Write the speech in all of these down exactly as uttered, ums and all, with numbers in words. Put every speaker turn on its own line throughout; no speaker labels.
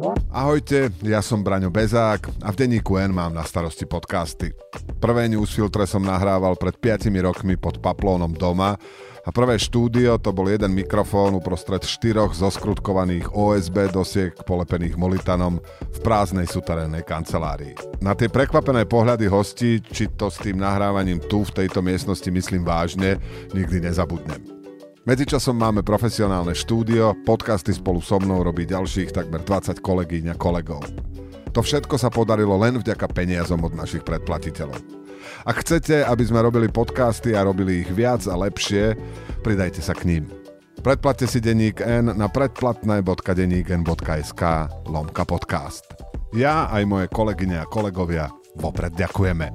Ahojte, ja som Braňo Bezák a v denníku N mám na starosti podcasty. Prvé newsfiltre som nahrával pred piatimi rokmi pod paplónom doma a prvé štúdio to bol jeden mikrofón uprostred štyroch zoskrutkovaných ó es bé dosiek polepených molitanom v prázdnej suterénnej kancelárii. Na tie prekvapené pohľady hostí, či to s tým nahrávaním tu v tejto miestnosti myslím vážne, nikdy nezabudnem. Medzičasom máme profesionálne štúdio, podcasty spolu so mnou robí ďalších takmer dvadsať kolegyň a kolegov. To všetko sa podarilo len vďaka peniazom od našich predplatiteľov. Ak chcete, aby sme robili podcasty a robili ich viac a lepšie, pridajte sa k ním. Predplatte si denník N na predplatné bodka denník n bodka es ká lomka podcast. Ja aj moje kolegyne a kolegovia vopred ďakujeme.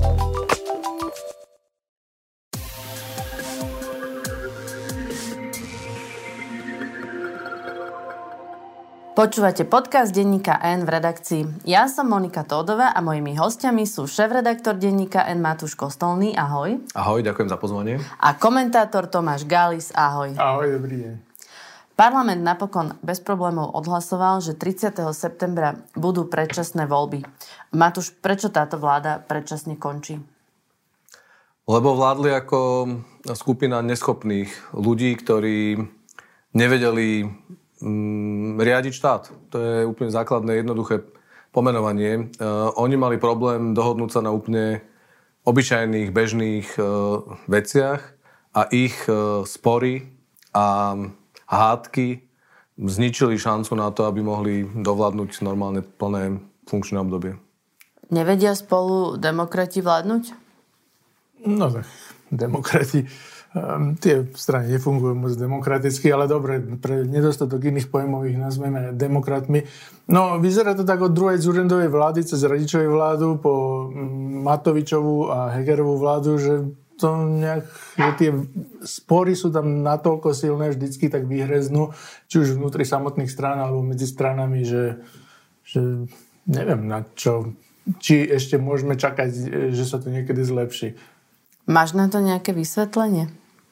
Počúvate podcast denníka N v redakcii. Ja som Monika Tódová a mojimi hostiami sú šéfredaktor denníka N Matúš Kostolný. Ahoj.
Ahoj, ďakujem za pozvanie.
A komentátor Tomáš Galis. Ahoj.
Ahoj, dobrý deň.
Parlament napokon bez problémov odhlasoval, že tridsiateho septembra budú predčasné voľby. Matúš, prečo táto vláda predčasne končí?
Lebo vládli ako skupina neschopných ľudí, ktorí nevedeli riadiť štát. To je úplne základné, jednoduché pomenovanie. Uh, oni mali problém dohodnúť sa na úplne obyčajných, bežných uh, veciach a ich uh, spory a hádky zničili šancu na to, aby mohli dovládnuť normálne plné funkčné obdobie.
Nevedia spolu demokrati vládnuť?
No tak, demokrati Um, tie strany nefungujú moc demokraticky, ale dobre, pre nedostatok iných pojmov ich nazveme demokratmi. No, vyzerá to tak od druhej Dzurindovej vlády cez Radičovej vládu po Matovičovú a Hegerovú vládu, že to nejak, že tie spory sú tam natoľko silné, vždycky tak vyhreznú, či už vnútri samotných strán alebo medzi stranami, že, že neviem na čo, či ešte môžeme čakať, že sa to niekedy zlepší.
Máš na to nejaké vysvetlenie?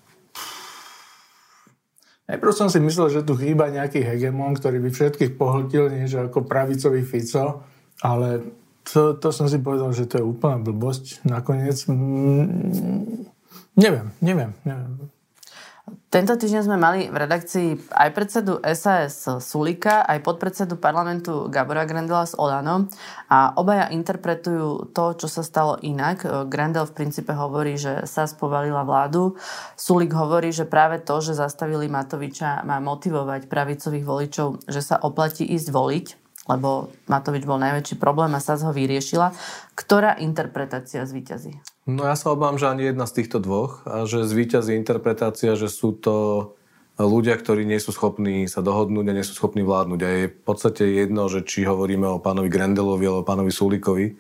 Najprv som si myslel, že tu chýba nejaký hegemon, ktorý by všetkých pohltil, niečo ako pravicový Fico, ale to, to som si povedal, že to je úplná blbosť. Nakoniec mm, neviem, neviem, neviem.
Tento týždeň sme mali v redakcii aj predsedu es a es Sulíka, aj podpredsedu parlamentu Gábora Grendela z Olano a obaja interpretujú to, čo sa stalo inak. Grendel v princípe hovorí, že es a es povalila vládu. Sulík hovorí, že práve to, že zastavili Matoviča, má motivovať pravicových voličov, že sa oplatí ísť voliť, lebo Matovič bol najväčší problém a es a es ho vyriešila. Ktorá interpretácia zvíťazí?
No ja sa obávam, že ani jedna z týchto dvoch a že zvíťazí interpretácia, že sú to ľudia, ktorí nie sú schopní sa dohodnúť a nie sú schopní vládnuť. A je v podstate jedno, že či hovoríme o pánovi Grendelovi alebo o pánovi Sulíkovi.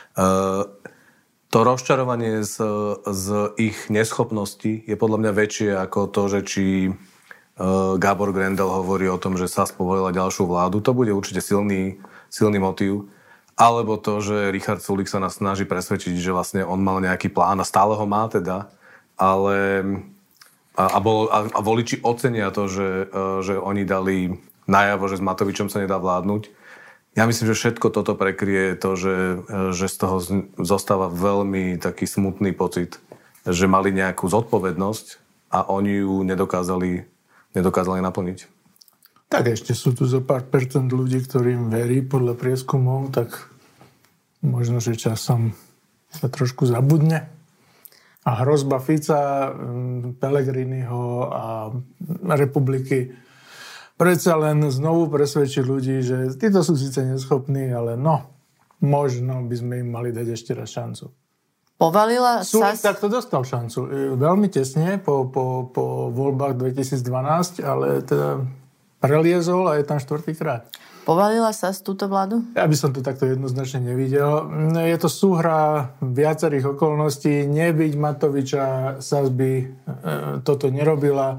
To rozčarovanie z, z ich neschopnosti je podľa mňa väčšie ako to, že či Gábor Grendel hovorí o tom, že es a es povolila ďalšiu vládu. To bude určite silný, silný motív. Alebo to, že Richard Sulík sa nás snaží presvedčiť, že vlastne on mal nejaký plán a stále ho má teda, ale a, a, bol, a, a voliči ocenia to, že, že oni dali najavo, že s Matovičom sa nedá vládnuť. Ja myslím, že všetko toto prekrie to, že, že z toho zostáva veľmi taký smutný pocit, že mali nejakú zodpovednosť a oni ju nedokázali, nedokázali naplniť.
Tak ešte sú tu zo pár percent ľudí, ktorým verí podľa prieskumov, tak možno, že časom sa trošku zabudne. A hrozba Fica, Pellegriniho a republiky predsa len znovu presvedčí ľudí, že títo sú síce neschopní, ale no, možno by sme im mali dať ešte raz šancu.
Povalila
Sulík
sa...
takto dostal šancu. Veľmi tesne po, po, po voľbách dvetisícdvanásť, ale teda preliezol a je tam štvrtýkrát.
Povalila sa z túto vládu?
Ja by som to takto jednoznačne nevidel. Je to súhra viacerých okolností. Nebyť Matoviča, es a es by e, toto nerobila.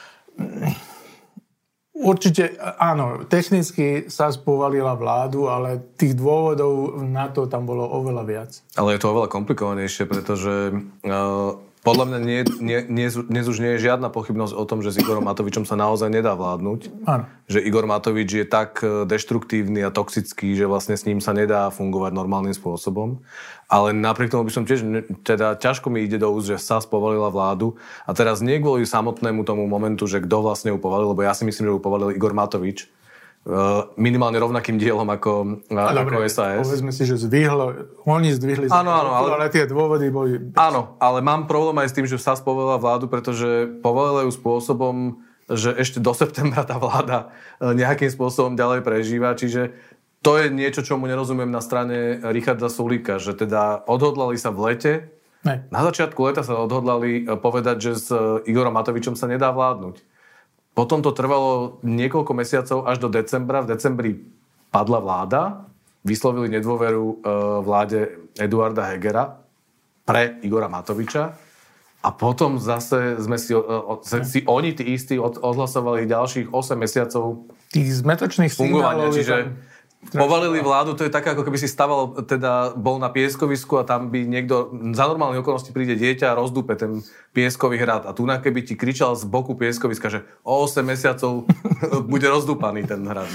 Určite, áno, technicky es a es povalila vládu, ale tých dôvodov na to tam bolo oveľa viac.
Ale je to oveľa komplikovanejšie, pretože uh, podľa mňa nie, nie, nie, dnes už nie je žiadna pochybnosť o tom, že s Igorom Matovičom sa naozaj nedá vládnuť.
Áno.
Že Igor Matovič je tak deštruktívny a toxický, že vlastne s ním sa nedá fungovať normálnym spôsobom. Ale napriek tomu by som tiež, teda ťažko mi ide do úst, že es a es povalila vládu. A teraz nie kvôli samotnému tomu momentu, že kto vlastne ju povalil, lebo ja si myslím, že ju povalil Igor Matovič. Minimálne rovnakým dielom ako, ako es a es.
Povedzme si, že zdvihlo, oni zdvihli,
áno, áno, ale,
ale tie dôvody boli...
Áno, ale mám problém aj s tým, že es a es povolila vládu, pretože povolila ju spôsobom, že ešte do septembra tá vláda nejakým spôsobom ďalej prežíva, čiže to je niečo, čomu nerozumiem na strane Richarda Sulíka, že teda odhodlali sa v lete, ne. Na začiatku leta sa odhodlali povedať, že s Igorom Matovičom sa nedá vládnuť. Potom to trvalo niekoľko mesiacov až do decembra. V decembri padla vláda, vyslovili nedôveru vláde Eduarda Hegera pre Igora Matoviča a potom zase sme si, si oni tí istí odhlasovali ďalších osem mesiacov
tých zmetočných
fungovania. Čiže povalili vládu, to je také, ako keby si staval, teda bol na pieskovisku a tam by niekto, za normálnych okolností príde dieťa a rozdúpe ten pieskový hrad. A tu na keby ti kričal z boku pieskoviska, že o osem mesiacov bude rozdúpaný ten hrad.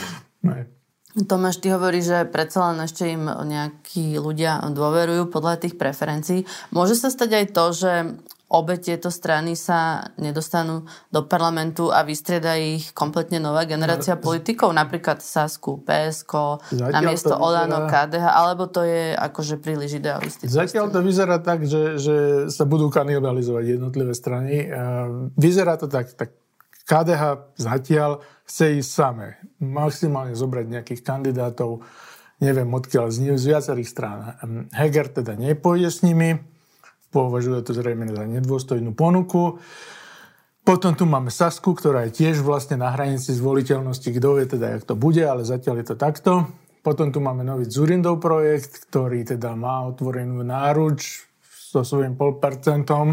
Tomáš, ty hovorí, že predsa len ešte im nejakí ľudia dôverujú podľa tých preferencií. Môže sa stať aj to, že obe tieto strany sa nedostanú do parlamentu a vystrieda ich kompletne nová generácia politikov, napríklad Sasku, pé es ká, namiesto Olano, ká dé há, alebo to je akože príliš idealistické?
Zatiaľ to vyzerá tak, že, že sa budú kanibalizovať jednotlivé strany. Vyzerá to tak, tak ká dé há zatiaľ chce ísť samé. Maximálne zobrať nejakých kandidátov, neviem odkiaľ, z, z viacerých strán. Heger teda nepôjde s nimi, považuje to zrejme za nedôstojnú ponuku. Potom tu máme Sasku, ktorá je tiež vlastne na hranici zvoliteľnosti, kto vie teda, jak to bude, ale zatiaľ je to takto. Potom tu máme nový Dzurindov projekt, ktorý teda má otvorenú náruč so svojím pol percentom.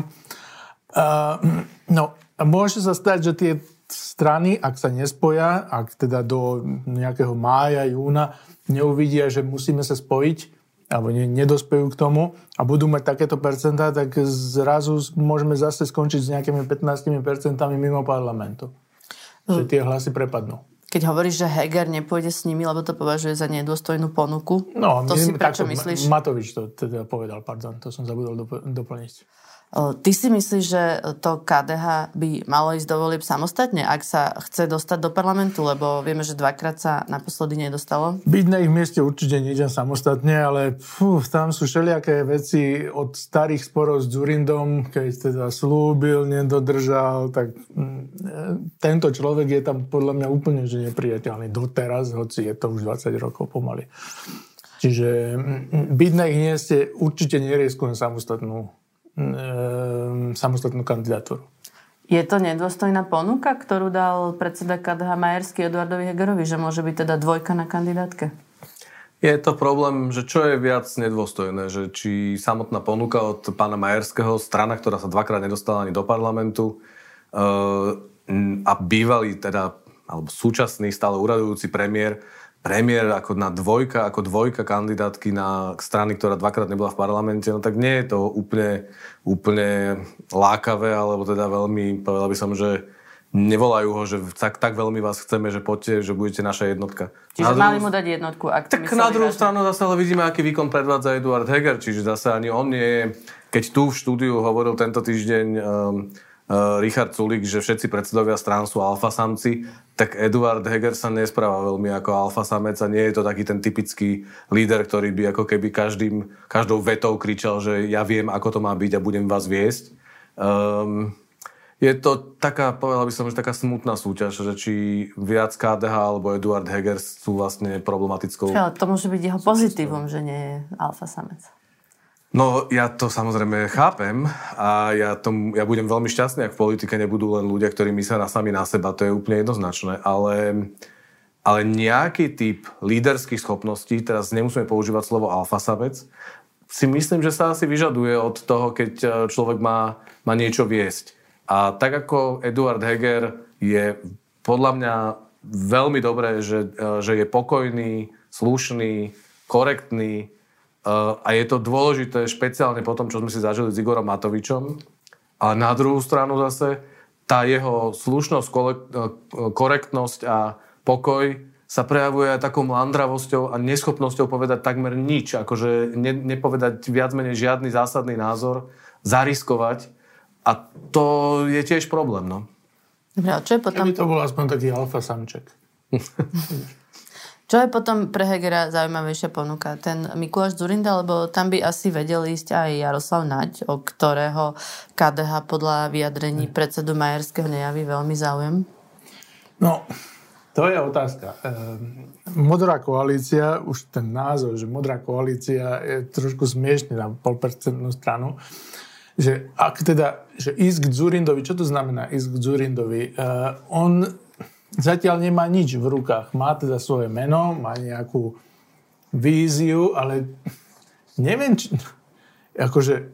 Uh, no, a môže sa stať, že tie strany, ak sa nespoja, ak teda do nejakého mája, júna neuvidia, že musíme sa spojiť, alebo nedospejú k tomu a budú mať takéto percentá, tak zrazu môžeme zase skončiť s nejakými pätnásť percentami mimo parlamentu. Že tie hlasy prepadnú.
Keď hovoríš, že Heger nepôjde s nimi, lebo to považuje za nedôstojnú ponuku,
no,
to si prečo
takto,
myslíš?
Matovič to teda povedal, pardon, to som zabudol dop- doplniť.
Ty si myslíš, že to ká dé há by malo ísť do volieb samostatne, ak sa chce dostať do parlamentu, lebo vieme, že dvakrát sa naposledy nedostalo?
Byť na ich mieste určite nejdem samostatne, ale fú, tam sú všelijaké veci od starých sporov s Dzurindom, keď teda slúbil, nedodržal, tak mm, tento človek je tam podľa mňa úplne že nepriateľný doteraz, hoci je to už dvadsať rokov pomaly. Čiže mm, byť na ich mieste určite nerieskujem samostatnú samostatnú kandidatúru.
Je to nedôstojná ponuka, ktorú dal predseda ká dé há Majerský Eduardovi Hegerovi, že môže byť teda dvojka na kandidátke?
Je to problém, že čo je viac nedôstojné, že či samotná ponuka od pána Majerského, strana, ktorá sa dvakrát nedostala ani do parlamentu a bývalý teda, alebo súčasný stále uradujúci premiér, premiér ako na dvojka, ako dvojka kandidátky na strany, ktorá dvakrát nebola v parlamente, no tak nie je to úplne, úplne lákavé, alebo teda veľmi, povedal by som, že nevolajú ho, že tak, tak veľmi vás chceme, že poďte, že budete naša jednotka.
Čiže druhú, mali mu dať jednotku. Ak
tak na druhú stranu zase ale vidíme, aký výkon predvádza Eduard Heger, čiže zase ani on nie je, keď tu v štúdiu hovoril tento týždeň um, uh, Richard Sulík, že všetci predsedovia strán sú alfasamci, tak Eduard Heger sa nespráva veľmi ako alfasamec a nie je to taký ten typický líder, ktorý by ako keby každým, každou vetou kričal, že ja viem, ako to má byť a budem vás viesť. Um, je to taká, povedal by som, že taká smutná súťaž, že či viac ká dé há alebo Eduard Heger sú vlastne problematickou.
Ale to môže byť jeho pozitívum, že nie je alfasamec.
No, ja to samozrejme chápem a ja, tom, ja budem veľmi šťastný, ak v politike nebudú len ľudia, ktorí myslia na sami na seba, to je úplne jednoznačné, ale, ale nejaký typ líderských schopností, teraz nemusíme používať slovo alfasamec, si myslím, že sa asi vyžaduje od toho, keď človek má, má niečo viesť. A tak ako Eduard Heger je podľa mňa veľmi dobré, že, že je pokojný, slušný, korektný, a je to dôležité špeciálne po tom, čo sme si zažili s Igorom Matovičom, A na druhú stranu zase tá jeho slušnosť, korektnosť a pokoj sa prejavuje aj takou mlandravosťou a neschopnosťou povedať takmer nič. Akože ne, nepovedať viac menej žiadny zásadný názor, zariskovať. A to je tiež problém, no.
Dobre, a čo je potom...
Keby to bol aspoň taký alfa samček.
Čo je potom pre Hegera zaujímavejšia ponuka? Ten Mikuláš Dzurinda, lebo tam by asi vedel ísť aj Jaroslav Naď, o ktorého ká dé há podľa vyjadrení predsedu Majerského nejaví veľmi záujem?
No, to je otázka. Modrá koalícia, už ten názov, že modrá koalícia je trošku smiešný na polpercentnú stranu, že ak teda, že ísť k Dzurindovi, čo to znamená ísť k Dzurindovi? Uh, on zatiaľ nemá nič v rukách. Má teda svoje meno, má nejakú víziu, ale neviem, či... Akože...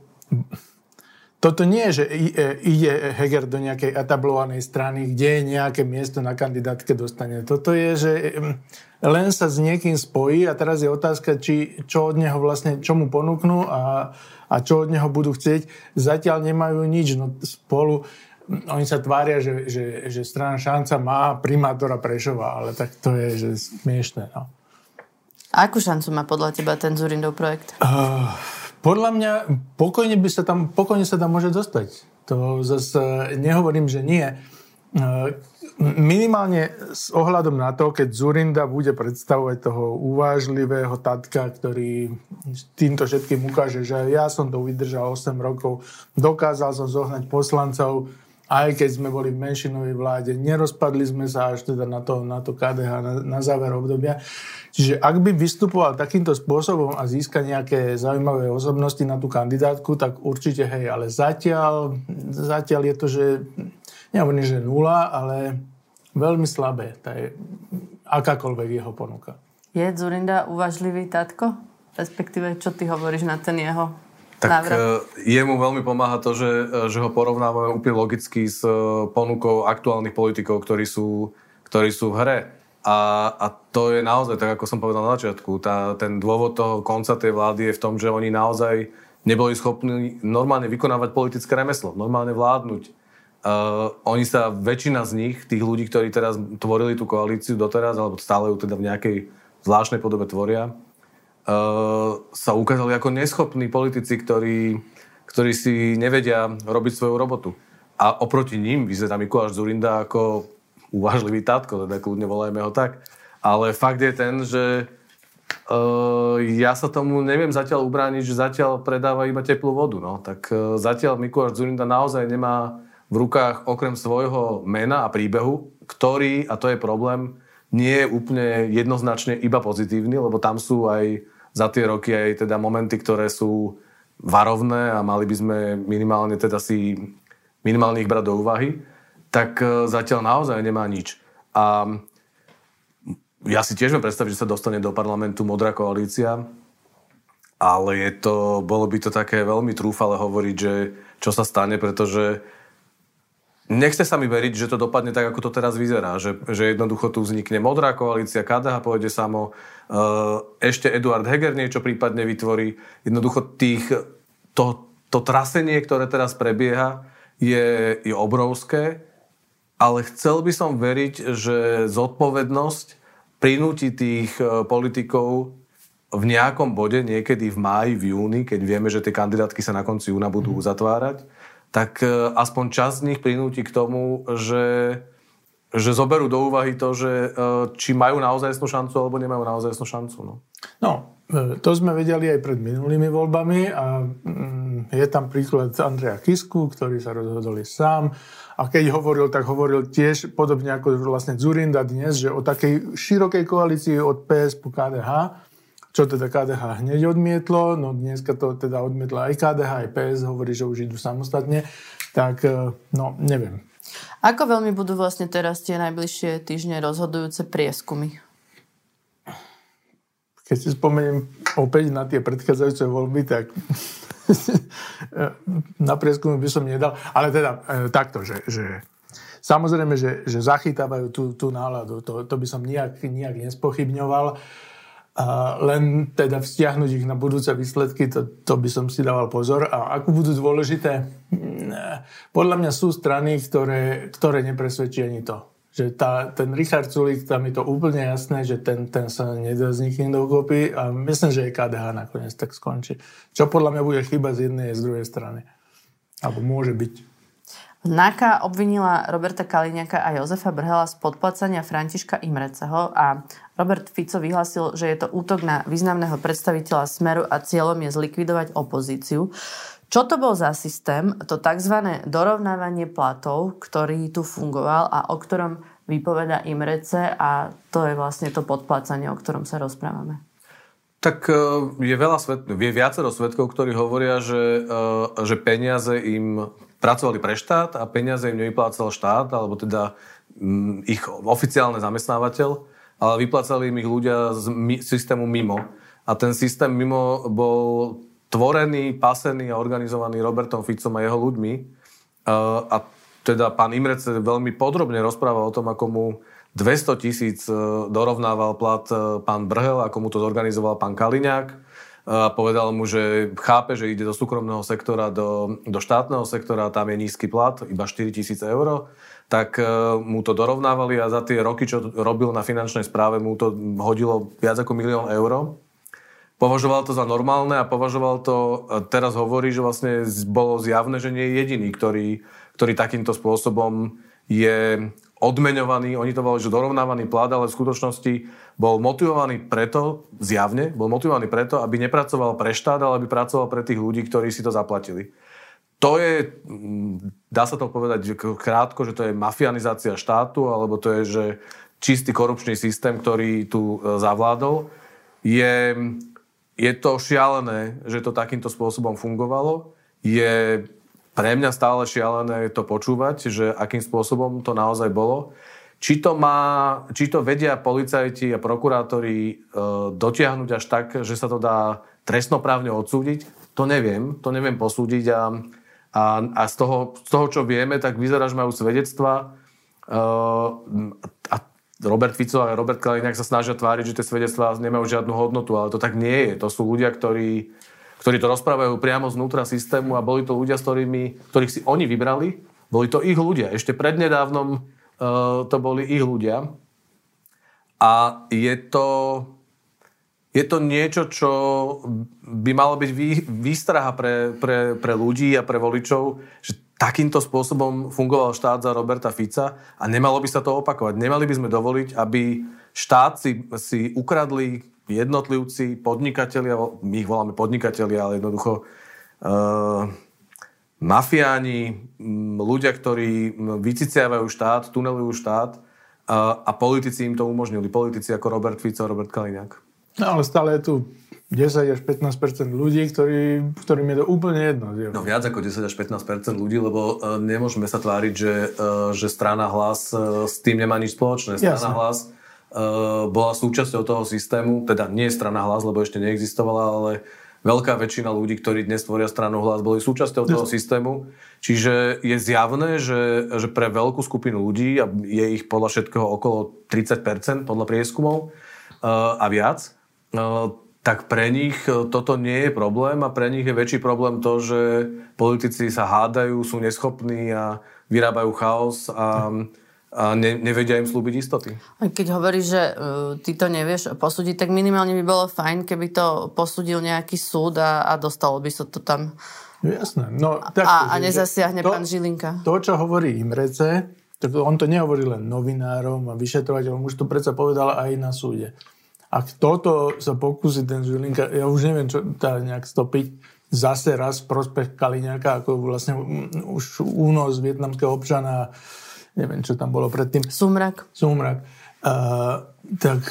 Toto nie je, že ide Heger do nejakej etablovanej strany, kde je nejaké miesto na kandidátke dostane. Toto je, že len sa s niekým spojí a teraz je otázka, či, čo od neho vlastne, čo mu ponúknú a, a čo od neho budú chcieť. Zatiaľ nemajú nič. No spolu, oni sa tvária, že, že, že strana Šanca má primátora Prešova, ale tak to je, že smiešné. No.
A akú šancu má podľa teba ten Dzurindov projekt?
Uh... Podľa mňa pokojne, by sa tam, pokojne sa tam môže dostať. To zase nehovorím, že nie. Minimálne s ohľadom na to, keď Dzurinda bude predstavovať toho uvážlivého tatka, ktorý týmto všetkým ukáže, že ja som to vydržal osem rokov, dokázal som zohnať poslancov, aj keď sme boli v menšinovej vláde, nerozpadli sme sa až teda na to, na to ká dé há na, na záver obdobia. Čiže ak by vystupoval takýmto spôsobom a získa nejaké zaujímavé osobnosti na tú kandidátku, tak určite hej, ale zatiaľ, zatiaľ je to, že nehovorím, že nula, ale veľmi slabé. Tá je akákoľvek jeho ponuka.
Je Dzurinda uvažlivý tatko? Respektíve, čo ty hovoríš na ten jeho
tak
návrat?
Jemu veľmi pomáha to, že, že ho porovnávame úplne logicky s ponukou aktuálnych politikov, ktorí sú, ktorí sú v hre. A, a to je naozaj, tak ako som povedal na začiatku, tá, ten dôvod toho konca tej vlády je v tom, že oni naozaj neboli schopní normálne vykonávať politické remeslo, normálne vládnuť. Uh, oni sa, väčšina z nich, tých ľudí, ktorí teraz tvorili tú koalíciu doteraz, alebo stále ju teda v nejakej zvláštnej podobe tvoria, uh, sa ukázali ako neschopní politici, ktorí, ktorí si nevedia robiť svoju robotu. A oproti ním vyzerá Mikuláš Dzurinda ako uvážlivý tátko, teda kľudne volajme ho tak. Ale fakt je ten, že uh, ja sa tomu neviem zatiaľ ubrániť, že zatiaľ predáva iba teplú vodu. No. Tak uh, zatiaľ Mikuláš Dzurinda naozaj nemá v rukách okrem svojho mena a príbehu, ktorý, a to je problém, nie je úplne jednoznačne iba pozitívny, lebo tam sú aj za tie roky aj teda momenty, ktoré sú varovné a mali by sme minimálne teda si minimálne ich brať do úvahy. Tak zatiaľ naozaj nemá nič. A ja si tiež viem predstaviť, že sa dostane do parlamentu modrá koalícia, ale je to, bolo by to také veľmi trúfale hovoriť, že čo sa stane, pretože nechce sa mi veriť, že to dopadne tak, ako to teraz vyzerá, že, že jednoducho tu vznikne modrá koalícia, ká dé há pôjde samo, ešte Eduard Heger niečo prípadne vytvorí. Jednoducho tých, to, to trasenie, ktoré teraz prebieha, je, je obrovské. Ale chcel by som veriť, že zodpovednosť prinúti tých politikov v nejakom bode, niekedy v máji, v júni, keď vieme, že tie kandidátky sa na konci júna budú uzatvárať, tak aspoň časť z nich prinúti k tomu, že, že zoberú do úvahy to, že či majú naozajstnú šancu, alebo nemajú naozajstnú šancu. No.
no, to sme vedeli aj pred minulými voľbami a je tam príklad Andreja Kisku, ktorý sa rozhodol sám. A keď hovoril, tak hovoril tiež podobne ako vlastne Dzurinda dnes, že o takej širokej koalícii od pé es po ká dé há, čo teda ká dé há hneď odmietlo, no dneska to teda odmietla aj ká dé há, aj pé es, hovorí, že už idú samostatne, tak no, neviem.
Ako veľmi budú vlastne teraz tie najbližšie týždne rozhodujúce prieskumy?
Keď si spomeniem opäť na tie predchádzajúce voľby, tak na prieskumy by som nedal. Ale teda e, takto, že, že samozrejme, že, že zachytávajú tú, tú náladu. To, to by som nijak, nijak nespochybňoval. A len teda vzťahnuť ich na budúce výsledky, to, to by som si dával pozor. A ako budú dôležité, podľa mňa sú strany, ktoré, ktoré nepresvedčí ani to. Že tá, ten Richard Sulík, tam je to úplne jasné, že ten, ten sa nedá s nikým dokopy a myslím, že aj ká dé há nakoniec tak skončí. Čo podľa mňa bude chyba z jednej a z druhej strany. Alebo môže byť.
NAKA obvinila Roberta Kaliňáka a Jozefa Brhela z podplácania Františka Imreceho a Robert Fico vyhlásil, že je to útok na významného predstaviteľa Smeru a cieľom je zlikvidovať opozíciu. Čo to bol za systém, to tzv. Dorovnávanie platov, ktorý tu fungoval a o ktorom vypoveda Imrece a to je vlastne to podplácanie, o ktorom sa rozprávame?
Tak je veľa svet, je viacero svedkov, ktorí hovoria, že, že peniaze im pracovali pre štát a peniaze im nevyplácal štát, alebo teda ich oficiálny zamestnávateľ, ale vyplácali im ich ľudia z systému mimo. A ten systém mimo bol tvorený, pasený a organizovaný Robertom Ficom a jeho ľuďmi. A teda pán Imrece veľmi podrobne rozprával o tom, ako mu dvesto tisíc dorovnával plat pán Brhel, ako mu to zorganizoval pán Kaliňák. A povedal mu, že chápe, že ide do súkromného sektora, do, do štátneho sektora, tam je nízky plat, iba štyri tisíce eur, tak mu to dorovnávali a za tie roky, čo robil na finančnej správe, mu to hodilo viac ako milión eur. Považoval to za normálne a považoval to, teraz hovorí, že vlastne bolo zjavné, že nie je jediný, ktorý, ktorý takýmto spôsobom je odmeňovaný, oni to volali, že dorovnávaný plat, ale v skutočnosti bol motivovaný preto, zjavne, bol motivovaný preto, aby nepracoval pre štát, ale aby pracoval pre tých ľudí, ktorí si to zaplatili. To je, dá sa to povedať krátko, že to je mafianizácia štátu, alebo to je, že čistý korupčný systém, ktorý tu zavládol. Je, je to šialené, že to takýmto spôsobom fungovalo. Je pre mňa stále šialené to počúvať, že akým spôsobom to naozaj bolo. Či to, má, či to vedia policajti a prokurátori e, dotiahnuť až tak, že sa to dá trestnoprávne odsúdiť, to neviem. To neviem posúdiť a, a, a z, toho, z toho, čo vieme, tak vyzerá, že majú svedectva e, a Robert Fico a Robert Kaliňák sa snažia tváriť, že tie svedectvá nemajú žiadnu hodnotu, ale to tak nie je. To sú ľudia, ktorí, ktorí to rozprávajú priamo znútra systému a boli to ľudia, s ktorými, ktorých si oni vybrali. Boli to ich ľudia. Ešte prednedávnom uh, to boli ich ľudia. A je to, je to niečo, čo by malo byť vý, výstraha pre, pre, pre ľudí a pre voličov, že takýmto spôsobom fungoval štát za Roberta Fica a nemalo by sa to opakovať. Nemali by sme dovoliť, aby štát si, si ukradli jednotlivci, podnikatelia, my ich voláme podnikatelia, ale jednoducho uh, mafiáni, ľudia, ktorí vyciciavajú štát, tunelujú štát uh, a politici im to umožnili. Politici ako Robert Fico, Robert Kaliňák.
No ale stále je tu desať až pätnásť percent ľudí, ktorí, ktorým je to úplne jedno.
No viac ako desať až pätnásť percent ľudí, lebo uh, nemôžeme sa tváriť, že, uh, že strana Hlas uh, s tým nemá nič spoločné. Strana Jasne. Hlas uh, bola súčasťou toho systému, teda nie strana Hlas, lebo ešte neexistovala, ale veľká väčšina ľudí, ktorí dnes tvoria stranu Hlas, boli súčasťou toho Jasne. Systému. Čiže je zjavné, že, že pre veľkú skupinu ľudí, a je ich podľa všetkého okolo tridsať percent podľa prieskumov uh, a viac, uh, tak pre nich toto nie je problém a pre nich je väčší problém to, že politici sa hádajú, sú neschopní a vyrábajú chaos a, a ne, nevedia im slúbiť istoty.
Keď hovoríš, že uh, ty to nevieš posúdiť, tak minimálne by bolo fajn, keby to posúdil nejaký súd a, a dostalo by sa to tam.
Jasné. No, tak,
a, a nezasiahne
to,
pán Žilinka.
To, čo hovorí Imrece, tak on to nehovorí len novinárom a vyšetrovateľom, už to predsa povedal aj na súde. Ak toto sa pokúsi ten Žilinka, ja už neviem, čo tá nejak stopiť, zase raz v prospech Kaliňáka, ako vlastne už únos vietnamského občana, neviem, čo tam bolo predtým.
Sumrak.
Sumrak. Uh, tak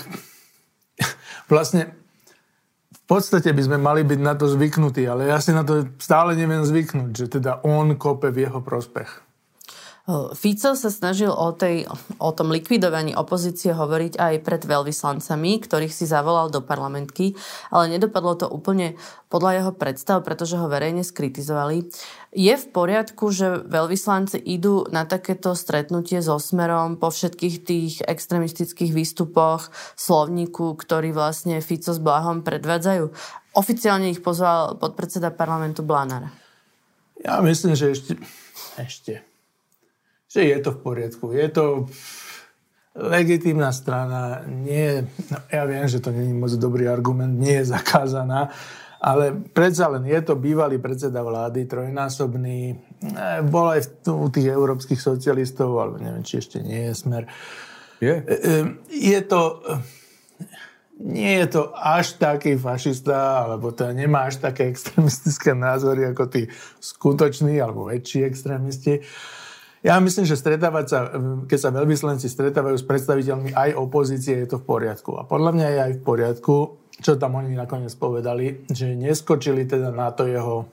vlastne v podstate by sme mali byť na to zvyknutí, ale ja si na to stále neviem zvyknúť, že teda on kope v jeho prospech.
Fico sa snažil o, tej, o tom likvidovaní opozície hovoriť aj pred veľvyslancami, ktorých si zavolal do parlamentky, ale nedopadlo to úplne podľa jeho predstav, pretože ho verejne skritizovali. Je v poriadku, že veľvyslanci idú na takéto stretnutie so Smerom po všetkých tých extrémistických výstupoch, slovníku, ktorý vlastne Fico s Blahom predvádzajú? Oficiálne ich pozval podpredseda parlamentu Blanár.
Ja myslím, že ešte... ešte... že je to v poriadku. Je to legitímna strana, nie, no ja viem, že to nie je moc dobrý argument, nie je zakázaná, ale predsa len je to bývalý predseda vlády, trojnásobný, bol aj u tých európskych socialistov, alebo neviem, či ešte nie je Smer.
Je?
Je to... Nie je to až taký fašista, alebo to nemá až také extrémistické názory ako tí skutoční, alebo väčší extrémisti. Ja myslím, že stretávať sa, keď sa veľvyslanci stretávajú s predstaviteľmi aj opozície, je to v poriadku. A podľa mňa je aj v poriadku, čo tam oni nakoniec povedali, že neskočili teda na to jeho,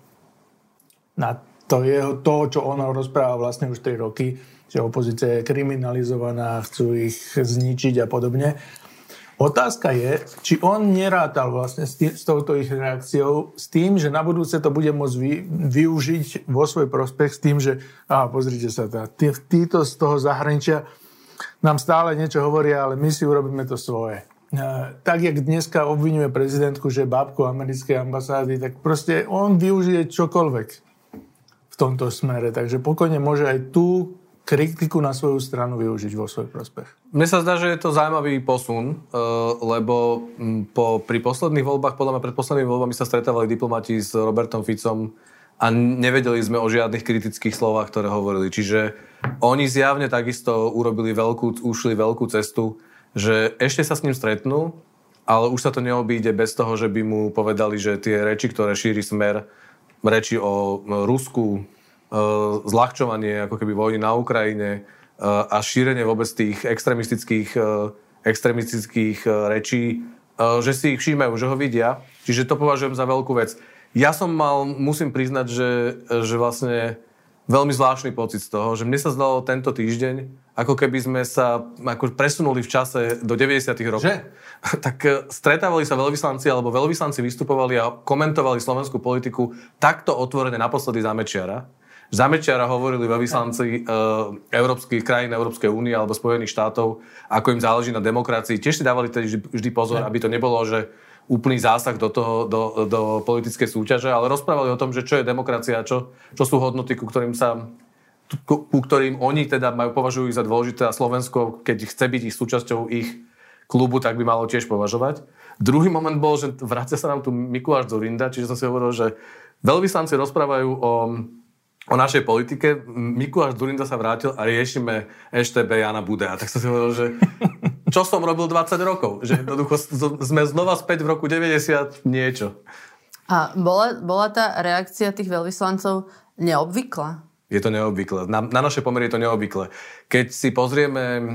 na to jeho, to, čo ono rozpráva vlastne už tri roky, že opozícia je kriminalizovaná, chcú ich zničiť a podobne. Otázka je, či on nerátal vlastne s, tým, s touto ich reakciou, s tým, že na budúce to bude môcť vy, využiť vo svoj prospech s tým, že á, pozrite sa, tá, tí, títo z toho zahraničia nám stále niečo hovoria, ale my si urobíme to svoje. E, tak, jak dneska obviňuje prezidentku, že bábku americkej ambasády, tak proste on využije čokoľvek v tomto smere. Takže pokojne môže aj tú kritiku na svoju stranu využiť vo svoj prospech.
Mne sa zdá, že je to zaujímavý posun, lebo po, pri posledných voľbách, podľa mňa pred poslednými voľbami sa stretávali diplomati s Robertom Ficom a nevedeli sme o žiadnych kritických slovách, ktoré hovorili. Čiže oni zjavne takisto urobili veľkú, ušli veľkú cestu, že ešte sa s ním stretnú, ale už sa to neobíde bez toho, že by mu povedali, že tie reči, ktoré šíri Smer, reči o Rusku, zľahčovanie ako keby vojny na Ukrajine a šírenie vôbec tých extrémistických, extrémistických rečí, že si ich všímajú, že ho vidia. Čiže to považujem za veľkú vec. Ja som mal, musím priznať, že, že vlastne veľmi zvláštny pocit z toho, že mne sa zdalo tento týždeň, ako keby sme sa ako presunuli v čase do deväťdesiatych rokov.
Že?
Tak stretávali sa veľvyslanci, alebo veľvyslanci vystupovali a komentovali slovenskú politiku takto otvorene naposledy za Mečiara. Za Mečiara hovorili veľvyslanci uh, európskych krajín Európskej únie alebo Spojených štátov, ako im záleží na demokracii. Tiež si dávali tedy vždy pozor, aby to nebolo, že úplný zásah do toho, do, do politickej súťaže, ale rozprávali o tom, že čo je demokracia, čo, čo sú hodnoty, ku ktorým sa, ku, ku ktorým oni teda majú, považujú za dôležité a Slovensko, keď chce byť ich súčasťou ich klubu, tak by malo tiež považovať. Druhý moment bol, že vracia sa nám tu Mikuláš Dzurinda, čiže som si hovoril, že veľvyslanci rozprávajú o o našej politike. Mikuláš Dzurinda sa vrátil a riešime eš té bé Jana Budea. Tak som si hovoril, že čo som robil dvadsať rokov? Že jednoducho sme znova späť v roku deväťdesiat niečo.
A bola, bola tá reakcia tých veľvyslancov neobvyklá?
Je to neobvyklé. Na, na naše pomery je to neobvyklé. Keď si pozrieme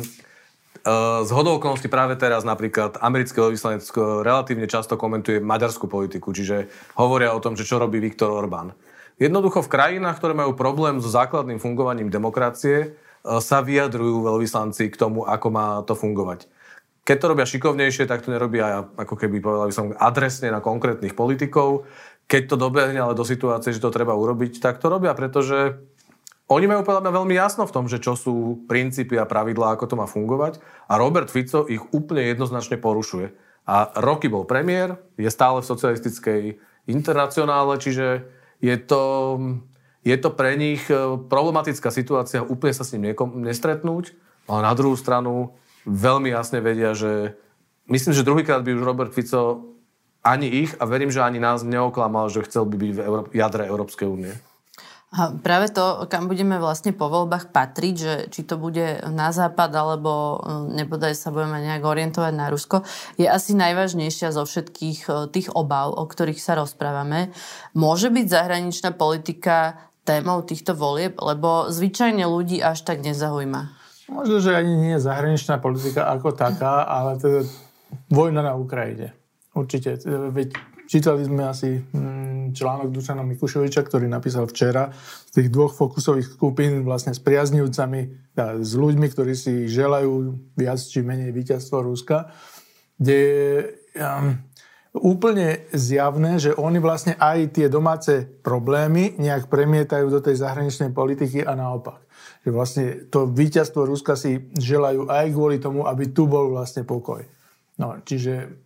z hodou okolností práve teraz napríklad americké veľvyslanec relatívne často komentuje maďarskú politiku, čiže hovoria o tom, že čo robí Viktor Orbán. Jednoducho v krajinách, ktoré majú problém so základným fungovaním demokracie, sa vyjadrujú veľvyslanci k tomu, ako má to fungovať. Keď to robia šikovnejšie, tak to nerobia, ako keby povedal by som, adresne na konkrétnych politikov. Keď to dobehne ale do situácie, že to treba urobiť, tak to robia, pretože oni majú podľa mňa veľmi jasno v tom, že čo sú princípy a pravidlá, ako to má fungovať. A Robert Fico ich úplne jednoznačne porušuje. A roky bol premiér, je stále v socialistickej internacionále, čiže je to, je to pre nich problematická situácia, úplne sa s ním niekom, nestretnúť, ale na druhú stranu veľmi jasne vedia, že myslím, že druhýkrát by už Robert Fico ani ich a verím, že ani nás neoklamal, že chcel by byť v Euró- jadre Európskej únie.
A práve to, kam budeme vlastne po voľbách patriť, že či to bude na západ, alebo nebodaj sa budeme nejak orientovať na Rusko, je asi najvážnejšia zo všetkých tých obáv, o ktorých sa rozprávame. Môže byť zahraničná politika témou týchto volieb, lebo zvyčajne ľudí až tak nezaujíma?
Možno, že ani nie je zahraničná politika ako taká, ale teda vojna na Ukrajine. Určite. Veď čítali sme asi článok Dušana Mikušoviča, ktorý napísal včera z tých dvoch fokusových skupín vlastne s priaznivcami, teda s ľuďmi, ktorí si želajú viac či menej víťazstvo Ruska, kde je um, úplne zjavné, že oni vlastne aj tie domáce problémy nejak premietajú do tej zahraničnej politiky a naopak. Že vlastne to víťazstvo Ruska si želajú aj kvôli tomu, aby tu bol vlastne pokoj. No, čiže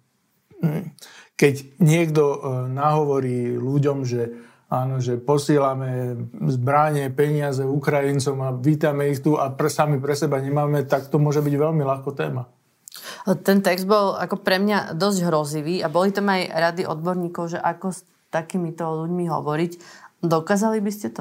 keď niekto nahovorí ľuďom, že áno, že posielame zbranie, peniaze Ukrajincom a vítame ich tu a pre, sami pre seba nemáme, tak to môže byť veľmi ľahko téma.
Ten text bol ako pre mňa dosť hrozivý a boli tam aj rady odborníkov, že ako s takýmito ľuďmi hovoriť. Dokázali by ste to?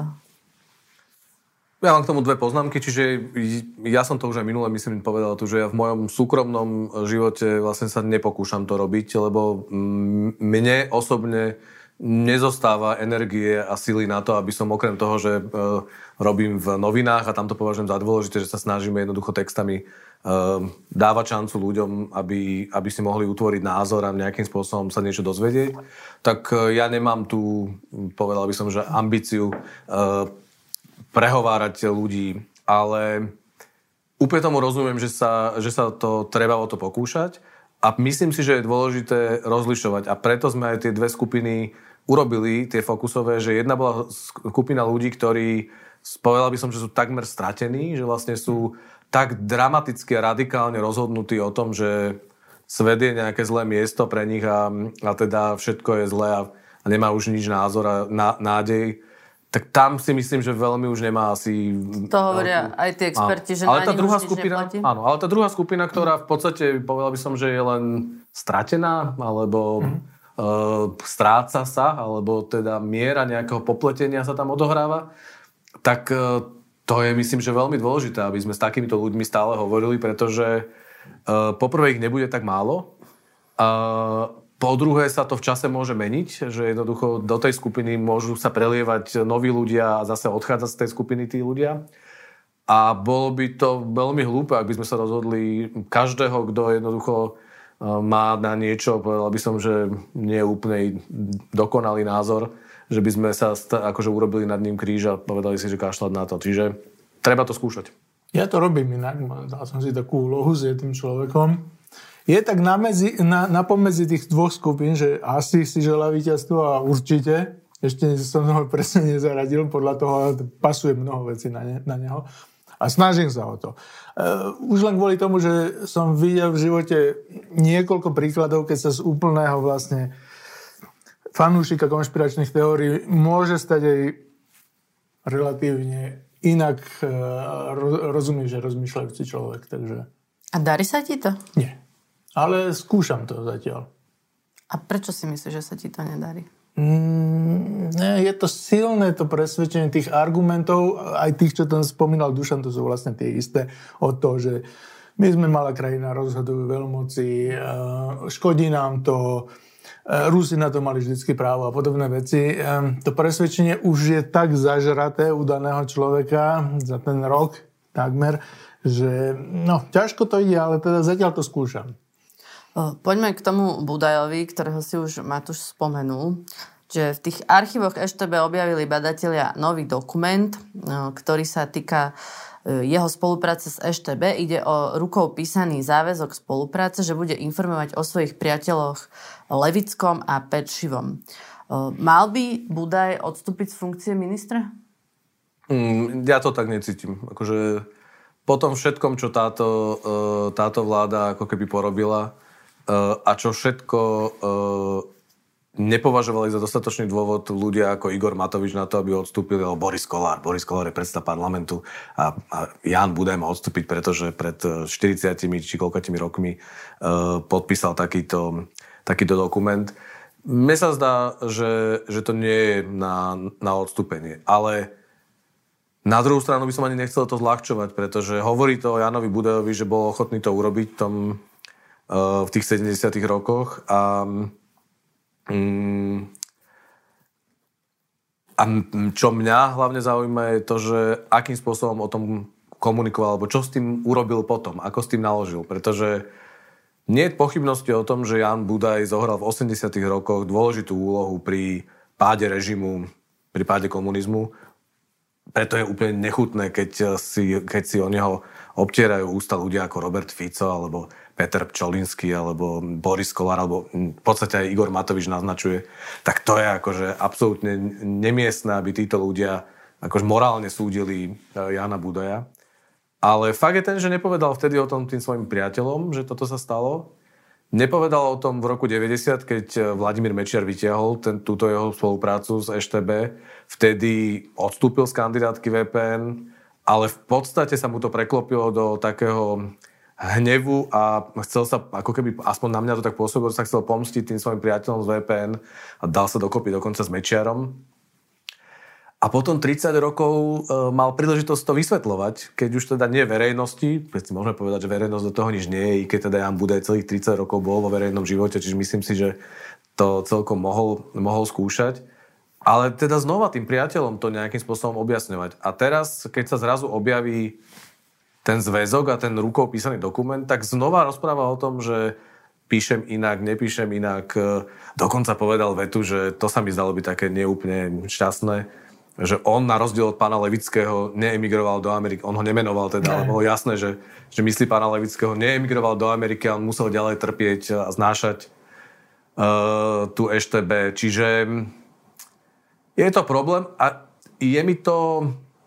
Ja mám k tomu dve poznámky, čiže ja som to už aj minule, myslím, povedal tu, že ja v mojom súkromnom živote vlastne sa nepokúšam to robiť, lebo mne osobne nezostáva energie a sily na to, aby som okrem toho, že robím v novinách a tam to považujem za dôležité, že sa snažíme jednoducho textami dávať šancu ľuďom, aby, aby si mohli utvoriť názor a nejakým spôsobom sa niečo dozvedieť, tak ja nemám tu, povedal by som, že ambíciu prehovárať ľudí, ale úplne tomu rozumiem, že sa, že sa to treba o to pokúšať a myslím si, že je dôležité rozlišovať a preto sme aj tie dve skupiny urobili, tie fokusové, že jedna bola skupina ľudí, ktorí, povedal by som, že sú takmer stratení, že vlastne sú tak dramaticky a radikálne rozhodnutí o tom, že svet je nejaké zlé miesto pre nich a, a teda všetko je zlé a, a nemá už nič názor a ná, nádej. Tak tam si myslím, že veľmi už nemá asi...
To hovoria aj tí experti, áno. Že
ale
na
tá
nich
druhá
už
skupina,
nič neplatí.
áno, ale tá druhá skupina, ktorá v podstate, povedal by som, že je len stratená, alebo mm. uh, stráca sa, alebo teda miera nejakého popletenia sa tam odohráva, tak uh, to je, myslím, že veľmi dôležité, aby sme s takýmito ľuďmi stále hovorili, pretože uh, poprvé ich nebude tak málo, uh, po druhé sa to v čase môže meniť, že jednoducho do tej skupiny môžu sa prelievať noví ľudia a zase odchádzať z tej skupiny tí ľudia. A bolo by to veľmi hlúpe, ak by sme sa rozhodli každého, kto jednoducho má na niečo, povedal by som, že nie je úplne dokonalý názor, že by sme sa akože urobili nad ním kríž a povedali si, že kašľať na to. Čiže treba to skúšať. Ja
to robím inak. Dal som si takú úlohu s jedným človekom. Je tak na, medzi, na, na pomedzi tých dvoch skupín, že asi si želá víťazstvo a určite, ešte som ho presne nezaradil, podľa toho pasuje mnoho vecí na, ne, na neho a snažím sa o to. Uh, už len kvôli tomu, že som videl v živote niekoľko príkladov, keď sa z úplného vlastne fanúšika konšpiračných teórií môže stať aj relatívne inak uh, rozumieš, že rozmýšľajúci človek. Takže...
A darí sa ti to?
Nie. Ale skúšam to zatiaľ.
A prečo si myslíš, že sa ti to nedarí?
Mm, je to silné to presvedčenie tých argumentov, aj tých, čo tam spomínal Dušan, to sú vlastne tie isté od toho, že my sme malá krajina, rozhodujú veľmoci, škodí nám to, Rusi na to mali vždycky právo a podobné veci. To presvedčenie už je tak zažraté u daného človeka za ten rok takmer, že no, ťažko to ide, ale teda zatiaľ to skúšam.
Poďme k tomu Budajovi, ktorého si už Matúš spomenul, že v tých archívoch es té bé objavili badatelia nový dokument, ktorý sa týka jeho spolupráce s es té bé. Ide o rukou písaný záväzok spolupráce, že bude informovať o svojich priateľoch Levickom a Pečivom. Mal by Budaj odstúpiť z funkcie ministra?
Mm, ja to tak necítim. Akože po tom všetkom, čo táto, táto vláda ako keby porobila, a čo všetko nepovažovali za dostatočný dôvod ľudia ako Igor Matovič na to, aby odstúpili, alebo Boris Kollár. Boris Kollár je predseda parlamentu a, a Ján Budaj má odstúpiť, pretože pred štyridsiatimi či koľkatými rokmi uh, podpísal takýto, takýto dokument. Mne sa zdá, že, že to nie je na, na odstúpenie, ale na druhú stranu by som ani nechcel to zľahčovať, pretože hovorí to o Jánovi Budajovi, že bol ochotný to urobiť v tom v tých sedemdesiatych rokoch a, a čo mňa hlavne zaujíma je to, že akým spôsobom o tom komunikoval, alebo čo s tým urobil potom, ako s tým naložil, pretože nie je pochybnosti o tom, že Ján Budaj zohral v osemdesiatych rokoch dôležitú úlohu pri páde režimu, pri páde komunizmu. Preto je úplne nechutné, keď si, keď si o neho obtierajú ústa ľudia ako Robert Fico, alebo Peter Pčolinský, alebo Boris Kolár, alebo v podstate aj Igor Matovič naznačuje. Tak to je akože absolútne nemiestné, aby títo ľudia akože morálne súdili Jána Budaja. Ale fakt je ten, že nepovedal vtedy o tom tým svojim priateľom, že toto sa stalo. Nepovedal o tom v roku deväťdesiat, keď Vladimír Mečiar vytiahol ten, túto jeho spoluprácu s eš té bé. Vtedy odstúpil z kandidátky vé pé en, ale v podstate sa mu to preklopilo do takého hnevu a chcel sa, ako keby, aspoň na mňa to tak pôsobilo, sa chcel pomstiť tým svojim priateľom z vé pé en a dal sa dokopy dokonca s Mečiarom. A potom tridsať rokov e, mal príležitosť to vysvetľovať, keď už teda nie verejnosti, keď si môžeme povedať, že verejnosť do toho nič nie je, i keď teda Ján Budaj celých tridsať rokov bol vo verejnom živote, čiže myslím si, že to celkom mohol, mohol skúšať. Ale teda znova tým priateľom to nejakým spôsobom objasňovať. A teraz, keď sa zrazu objaví ten zväzok a ten rukou písaný dokument, tak znova rozpráva o tom, že píšem inak, nepíšem inak. Dokonca povedal vetu, že to sa mi zdalo byť také neúplne šťastné, že on na rozdiel od pána Levického neemigroval do Ameriky. On ho nemenoval teda, ale bolo jasné, že, že myslí pána Levického, neemigroval do Ameriky a on musel ďalej trpieť a znášať uh, tú eš té bé. Čiže je to problém a je mi to...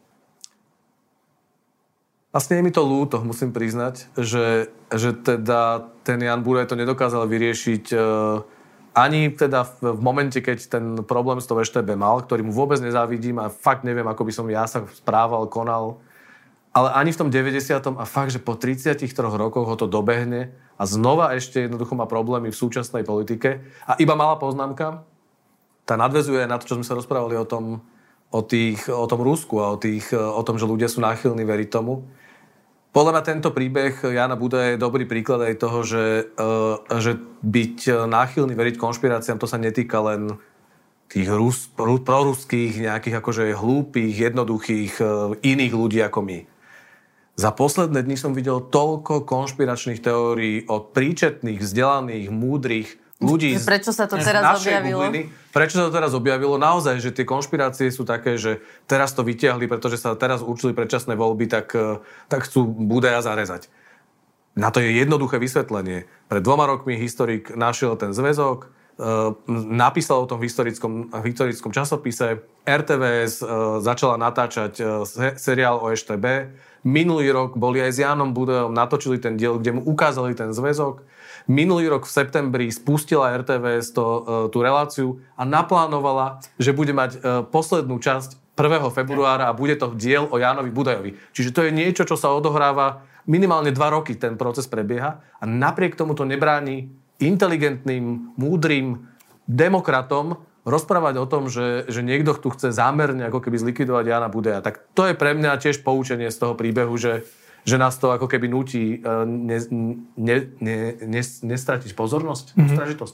Vlastne je mi to ľúto, musím priznať, že, že teda ten Ján Budaj to nedokázal vyriešiť uh, ani teda v, v momente, keď ten problém s tou eš té bé mal, ktorý mu vôbec nezávidím a fakt neviem, ako by som ja sa správal, konal, ale ani v tom deväťdesiatom a fakt, že po tridsiatich troch rokoch ho to dobehne a znova ešte jednoducho má problémy v súčasnej politike. A iba malá poznámka, tá nadväzuje na to, čo sme sa rozprávali o tom, o, tých, o tom Rusku a o, tých, o tom, že ľudia sú náchylní veriť tomu. Podľa mňa tento príbeh Jána Budaja je dobrý príklad aj toho, že, uh, že byť náchylný veriť konšpiráciám, to sa netýka len tých rus, pro, proruských, nejakých akože hlúpých, jednoduchých uh, iných ľudí ako my. Za posledné dni som videl toľko konšpiračných teórií od príčetných, vzdelaných, múdrych ľudí.
Prečo sa to teraz objavilo?
Bubliny. Prečo sa to teraz objavilo? Naozaj, že tie konšpirácie sú také, že teraz to vytiahli, pretože sa teraz určili predčasné voľby, tak, tak chcú Budaja zarezať. Na to je jednoduché vysvetlenie. Pred dvoma rokmi historik našiel ten zväzok, napísal o tom v historickom, v historickom časopise, er té vé es začala natáčať seriál o eš té bé. Minulý rok boli aj s Jánom Budajom, natočili ten diel, kde mu ukázali ten zväzok. Minulý rok v septembri spustila er té vé es to, tú reláciu a naplánovala, že bude mať poslednú časť prvého februára a bude to diel o Jánovi Budajovi. Čiže to je niečo, čo sa odohráva minimálne dva roky, ten proces prebieha a napriek tomu to nebráni inteligentným, múdrym demokratom rozprávať o tom, že, že niekto tu chce zámerne ako keby zlikvidovať Jána Budaja. Tak to je pre mňa tiež poučenie z toho príbehu, že že nás to ako keby núti uh, ne, ne, ne, ne, nestratiť pozornosť. Mm-hmm. Stražitosť.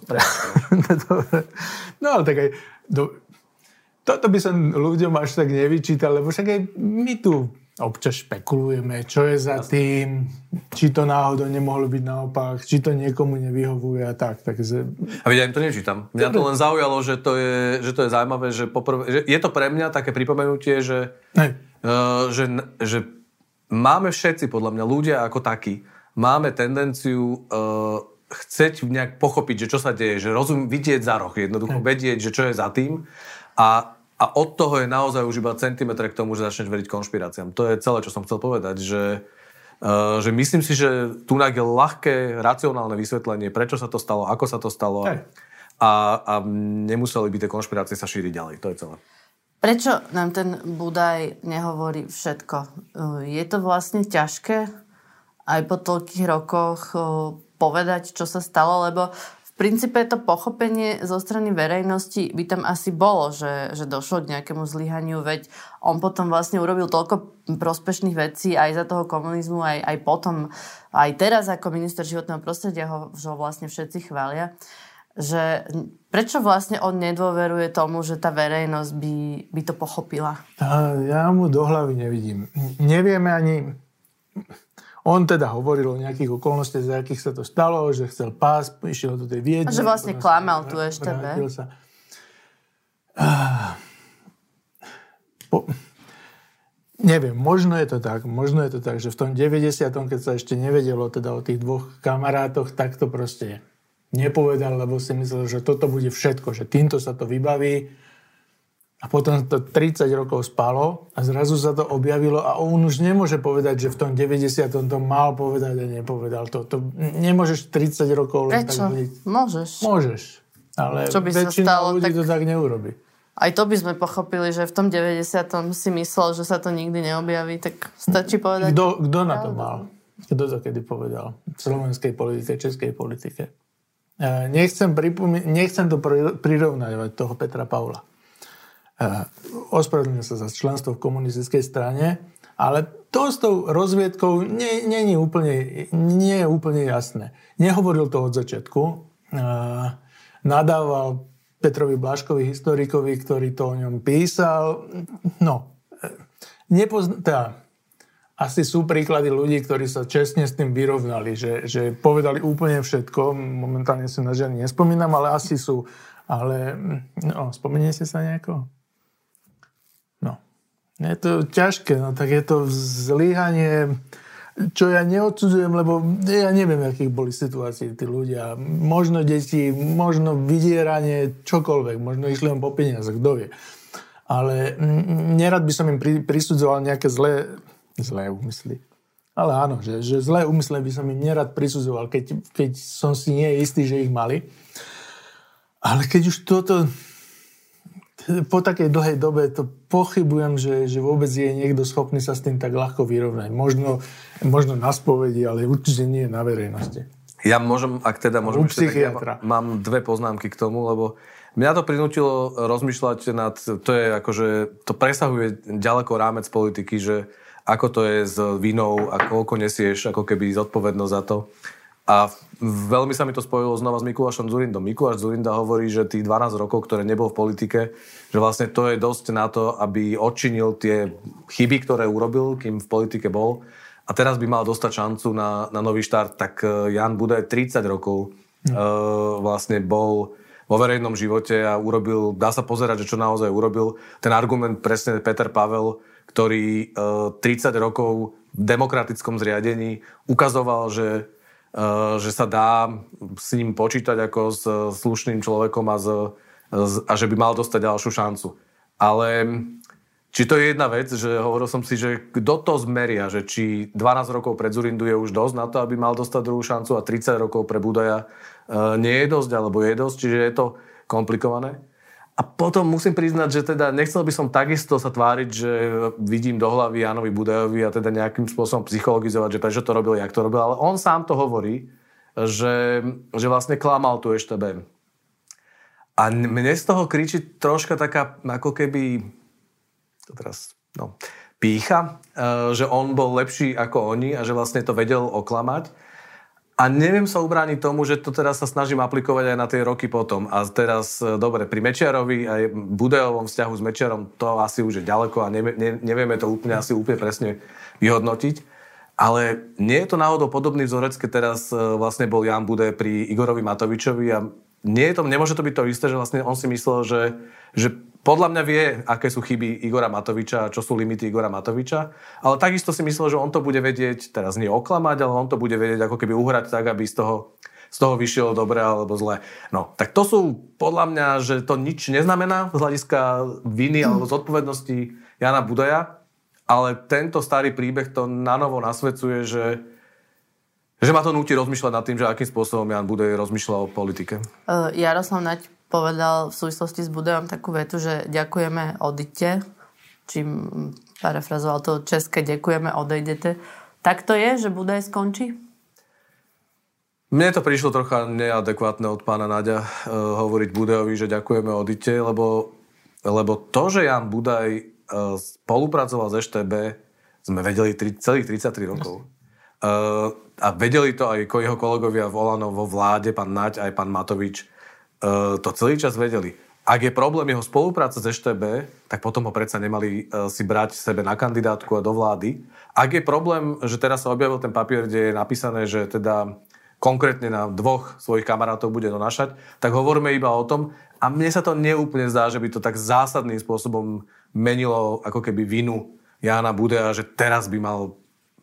No ale tak aj... Do, toto by som ľuďom až tak nevyčítal, lebo však aj my tu občas špekulujeme, čo je za tým, či to náhodou nemohlo byť naopak, či to niekomu nevyhovuje a tak. Takže...
A veď ja im to nečítam. Mňa to len zaujalo, že to je, že to je zaujímavé, že, poprvé, že je to pre mňa také pripomenutie, že, uh, že, že máme všetci, podľa mňa, ľudia ako takí, máme tendenciu uh, chceť nejak pochopiť, že čo sa deje, že rozum vidieť za roh, jednoducho vedieť, že čo je za tým a, a od toho je naozaj už iba centimetr k tomu, že začneš veriť konšpiráciám. To je celé, čo som chcel povedať, že, uh, že myslím si, že tu je ľahké, racionálne vysvetlenie, prečo sa to stalo, ako sa to stalo a, a nemuseli by tie konšpirácie sa šíriť ďalej. To je celé.
Prečo nám ten Budaj nehovorí všetko? Je to vlastne ťažké aj po toľkých rokoch povedať, čo sa stalo, lebo v princípe to pochopenie zo strany verejnosti by tam asi bolo, že, že došlo k nejakému zlyhaniu, veď on potom vlastne urobil toľko prospešných vecí aj za toho komunizmu, aj, aj potom, aj teraz ako minister životného prostredia ho, ho vlastne všetci chvália. Že prečo vlastne on nedôveruje tomu, že tá verejnosť by, by to pochopila?
Ja mu do hlavy nevidím. Nevieme ani... On teda hovoril o nejakých okolnostiach, za akých sa to stalo, že chcel pás, išiel do tej Viedne.
A že vlastne klamal tu eš té bé.
Po, neviem, možno je to tak, možno je to tak, že v tom deväťdesiatom keď sa ešte nevedelo teda o tých dvoch kamarátoch, tak to proste nepovedal, lebo si myslel, že toto bude všetko, že týmto sa to vybaví. A potom to tridsať rokov spalo a zrazu sa to objavilo a on už nemôže povedať, že v tom deväťdesiatom to mal povedať a nepovedal to. to nemôžeš tridsať rokov len
Prečo?
tak byť.
Môžeš.
Môžeš. Ale
Čo by sa
väčšina
stalo,
ľudí
tak...
to tak neurobí.
Aj to by sme pochopili, že v tom deväťdesiatom si myslel, že sa to nikdy neobjaví, tak stačí povedať...
Kto, kto na to mal? Kto to kedy povedal? V slovenskej politike, českej politike. Nechcem, pripomí- nechcem to prirovnávať toho Petra Pavla. Ospravedlňujem sa za členstvo v komunistickej strane, ale to s tou rozviedkou nie, nie, nie, úplne, nie je úplne jasné. Nehovoril to od začiatku. Nadával Petrovi Blažkovi, historikovi, ktorý to o ňom písal. No, nepozna- teda, asi sú príklady ľudí, ktorí sa čestne s tým vyrovnali, že, že povedali úplne všetko. Momentálne si na žiadne nespomínam, ale asi sú. Ale, no, spomeniete sa nejako? No, je to ťažké, no tak je to zlyhanie, čo ja neodsudzujem, lebo ja neviem, v akých boli situácii tí ľudia. Možno deti, možno vydieranie, čokoľvek. Možno išli len po peniaze, kto vie. Ale nerad by som im pri, prisudzoval nejaké zlé, zlé úmysly. Ale áno, že, že zlé úmysly by som im nerad prisudzoval, keď, keď som si nie istý, že ich mali. Ale keď už toto... Po takej dlhej dobe to pochybujem, že, že vôbec je niekto schopný sa s tým tak ľahko vyrovnať. Možno, možno na spovedi, ale určite nie na verejnosti.
Ja môžem, ak teda môžem...
U psychiatra.
Ja mám dve poznámky k tomu, lebo mňa to prinútilo rozmýšľať nad... To je akože... To presahuje ďaleko rámec politiky, že ako to je s vinou a koľko nesieš ako keby zodpovednosť za to. A veľmi sa mi to spojilo znova s Mikulášom Dzurindom. Mikuláš Dzurinda hovorí, že tých dvanásť rokov, ktoré nebol v politike, že vlastne to je dosť na to, aby odčinil tie chyby, ktoré urobil, kým v politike bol. A teraz by mal dostať šancu na, na nový štart. Tak Ján Budaj tridsať rokov hm. e, vlastne bol vo verejnom živote a urobil, dá sa pozerať, že čo naozaj urobil. Ten argument presne Peter Pavel, ktorý e, tridsať rokov v demokratickom zriadení ukazoval, že že sa dá s ním počítať ako s slušným človekom a, z, a že by mal dostať ďalšiu šancu. Ale či to je jedna vec, že hovoril som si, že kto to zmeria, že či dvanásť rokov pre Dzurindu je už dosť na to, aby mal dostať druhú šancu a tridsať rokov pre Budaja nie je dosť, alebo je dosť, čiže je to komplikované. A potom musím priznať, že teda nechcel by som takisto sa tváriť, že vidím do hlavy Jánovi Budajovi a teda nejakým spôsobom psychologizovať, že prečo to robil, jak to robil. Ale on sám to hovorí, že, že vlastne klamal tu eš té bé. A mne z toho kričí troška taká ako keby to teraz, no, pýcha, že on bol lepší ako oni a že vlastne to vedel oklamať. A neviem sa ubrániť tomu, že to teraz sa snažím aplikovať aj na tie roky potom. A teraz, dobre, pri Mečiarovi aj Budajovom vzťahu s Mečiarom to asi už je ďaleko a nevie, ne, nevieme to úplne asi úplne presne vyhodnotiť. Ale nie je to náhodou podobný vzorec, keď teraz vlastne bol Ján Budaj pri Igorovi Matovičovi a nie je to, nemôže to byť to isté, že vlastne on si myslel, že, že podľa mňa vie, aké sú chyby Igora Matoviča a čo sú limity Igora Matoviča, ale takisto si myslel, že on to bude vedieť, teraz nie oklamať, ale on to bude vedieť ako keby uhrať tak, aby z toho, z toho vyšiel dobre alebo zle. No, tak to sú podľa mňa, že to nič neznamená z hľadiska viny alebo zodpovednosti Jána Budaja, ale tento starý príbeh to nanovo nasvedcuje, že Že ma to núti rozmýšľať nad tým, že akým spôsobom Ján Budaj rozmýšľal o politike.
Uh, Jaroslav Naď povedal v súvislosti s Budajom takú vetu, že ďakujeme, odíďte. Čím parafrazoval to české ďakujeme, odejdete. Tak to je, že Budaj skončí?
Mne to prišlo trocha neadekvátne od pána Naďa uh, hovoriť Budajovi, že ďakujeme, odíďte, lebo, lebo to, že Ján Budaj uh, spolupracoval s eš té bé, sme vedeli tri, celých tridsaťtri rokov. Uh, a vedeli to aj jeho kolegovia v Olano, vo vláde, pán Naď, aj pán Matovič, uh, to celý čas vedeli. Ak je problém jeho spolupráca s eš té bé, tak potom ho predsa nemali uh, si brať sebe na kandidátku a do vlády. Ak je problém, že teraz sa objavil ten papier, kde je napísané, že teda konkrétne na dvoch svojich kamarátov bude donášať, tak hovoríme iba o tom. A mne sa to neúplne zdá, že by to tak zásadným spôsobom menilo ako keby vinu Jána Budeja, že teraz by mal